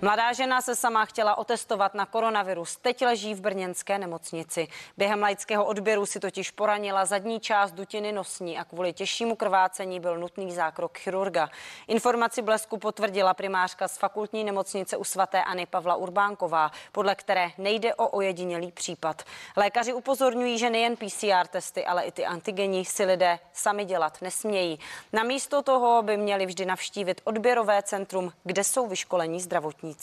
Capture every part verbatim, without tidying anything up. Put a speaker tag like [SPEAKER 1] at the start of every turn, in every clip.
[SPEAKER 1] Mladá žena se sama chtěla otestovat na koronavirus. Teď leží v brněnské nemocnici. Během laického odběru si totiž poranila zadní část dutiny nosní a kvůli těžšímu krvácení byl nutný zákrok chirurga. Informaci Blesku potvrdila primářka z fakultní nemocnice u svaté Anny Pavla Urbánková, podle které nejde o ojedinělý případ. Lékaři upozorňují, že nejen P C R testy, ale i ty antigenní si lidé sami dělat nesmějí. Namísto toho by měli vždy navštívit odběrové centrum, kde jsou vyškolení zdravotníci.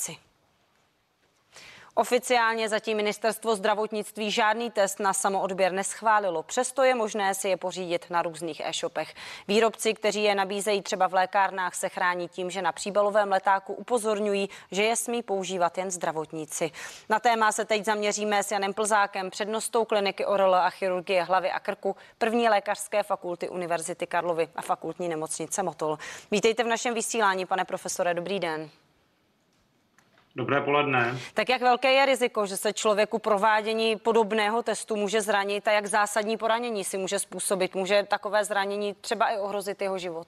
[SPEAKER 1] Oficiálně zatím ministerstvo zdravotnictví žádný test na samoodběr neschválilo, přesto je možné si je pořídit na různých e-shopech. Výrobci, kteří je nabízejí třeba v lékárnách, se chrání tím, že na příbalovém letáku upozorňují, že je smí používat jen zdravotníci. Na téma se teď zaměříme s Janem Plzákem, přednostou kliniky O R L a chirurgie hlavy a krku první lékařské fakulty Univerzity Karlovy a fakultní nemocnice Motol. Vítejte v našem vysílání, pane profesore, dobrý den.
[SPEAKER 2] Dobré poledne.
[SPEAKER 1] Tak jak velké je riziko, že se člověku provádění podobného testu může zranit a jak zásadní poranění si může způsobit? Může takové zranění třeba i ohrozit jeho život?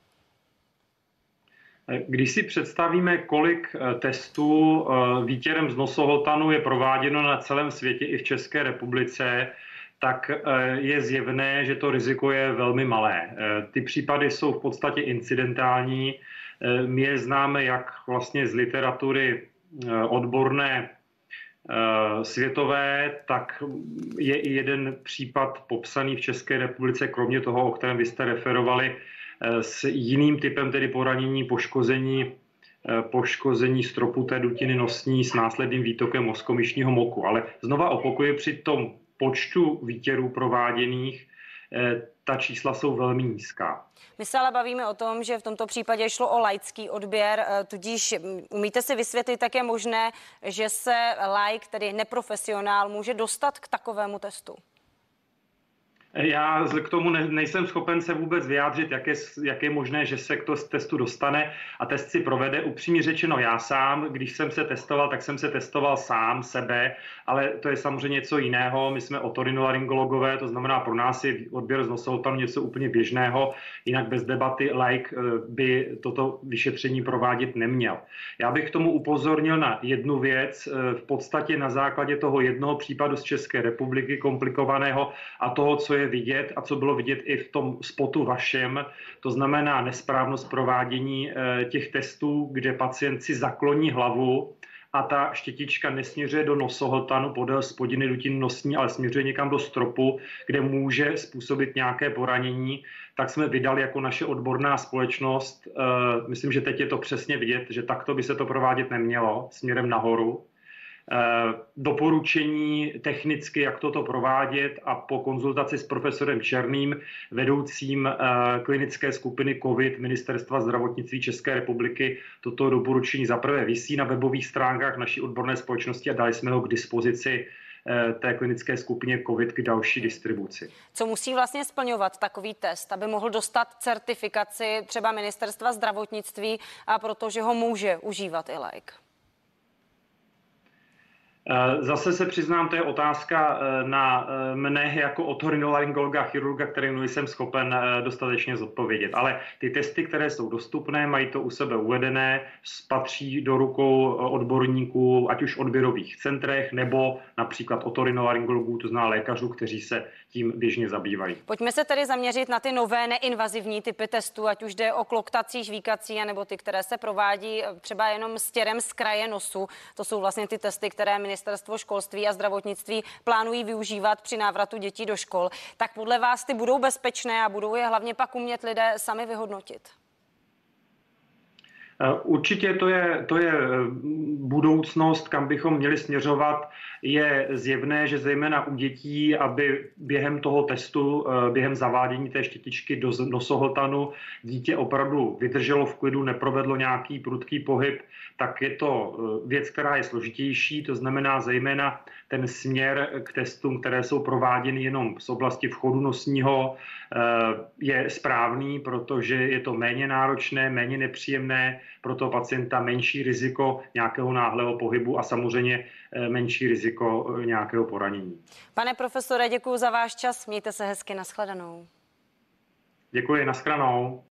[SPEAKER 2] Když si představíme, kolik testů výtěrem z nosohltanu je prováděno na celém světě i v České republice, tak je zjevné, že to riziko je velmi malé. Ty případy jsou v podstatě incidentální. My je známe jak vlastně z literatury odborné světové, tak je i jeden případ popsaný v České republice, kromě toho, o kterém vy jste referovali, s jiným typem tedy poranění, poškození, poškození stropu té dutiny nosní s následným výtokem mozkomyšního moku. Ale znova opakuju, při tom počtu výtěrů prováděných ta čísla jsou velmi nízká.
[SPEAKER 1] My se ale bavíme o tom, že v tomto případě šlo o laický odběr, tudíž umíte si vysvětlit, jak je možné, že se laik, tedy neprofesionál, může dostat k takovému testu?
[SPEAKER 2] Já k tomu ne, nejsem schopen se vůbec vyjádřit, jak je, jak je možné, že se k tomu testu dostane a test si provede. Upřímně řečeno, já sám, když jsem se testoval, tak jsem se testoval sám sebe, ale to je samozřejmě něco jiného. My jsme otorinolaryngologové, to znamená, pro nás je odběr z nosohltanu něco úplně běžného, jinak bez debaty laik by toto vyšetření provádět neměl. Já bych k tomu upozornil na jednu věc, v podstatě na základě toho jednoho případu z České republiky komplikovaného a toho, co je vidět a co bylo vidět i v tom spotu vašem, to znamená nesprávnost provádění těch testů, kde pacient si zakloní hlavu a ta štětička nesměřuje do nosohltanu podél spodiny dutiny nosní, ale směřuje někam do stropu, kde může způsobit nějaké poranění, tak jsme vydali jako naše odborná společnost, myslím, že teď je to přesně vidět, že takto by se to provádět nemělo směrem nahoru. Doporučení technicky, jak toto provádět a po konzultaci s profesorem Černým, vedoucím klinické skupiny COVID Ministerstva zdravotnictví České republiky, toto doporučení zaprvé visí na webových stránkách naší odborné společnosti a dali jsme ho k dispozici té klinické skupině COVID k další distribuci.
[SPEAKER 1] Co musí vlastně splňovat takový test, aby mohl dostat certifikaci třeba Ministerstva zdravotnictví, a protože ho může užívat i laik?
[SPEAKER 2] Zase se přiznám, to je otázka na mne jako otorinolaryngologa a chirurga, který nejsem schopen dostatečně zodpovědět. Ale ty testy, které jsou dostupné, mají to u sebe uvedené, patří do rukou odborníků, ať už v odběrových centrech, nebo například otorinolaryngologů, to znamená lékařů, kteří se tím běžně zabývají.
[SPEAKER 1] Pojďme se tedy zaměřit na ty nové neinvazivní typy testů, ať už jde o kloktací, žvíkací, nebo ty, které se provádí třeba jenom stěrem z kraje nosu. To jsou vlastně ty testy, které Ministerstvo školství a zdravotnictví plánují využívat při návratu dětí do škol. Tak podle vás ty budou bezpečné a budou je hlavně pak umět lidé sami vyhodnotit?
[SPEAKER 2] Určitě to je, to je budoucnost, kam bychom měli směřovat. Je zjevné, že zejména u dětí, aby během toho testu, během zavádění té štětičky do nosohltanu dítě opravdu vydrželo v klidu, neprovedlo nějaký prudký pohyb, tak je to věc, která je složitější. To znamená zejména ten směr k testům, které jsou prováděny jenom z oblasti vchodu nosního, je správný, protože je to méně náročné, méně nepříjemné, pro toho pacienta menší riziko nějakého náhlého pohybu a samozřejmě menší riziko nějakého poranění.
[SPEAKER 1] Pane profesore, děkuji za váš čas. Mějte se hezky, nashledanou.
[SPEAKER 2] Děkuji, nashledanou.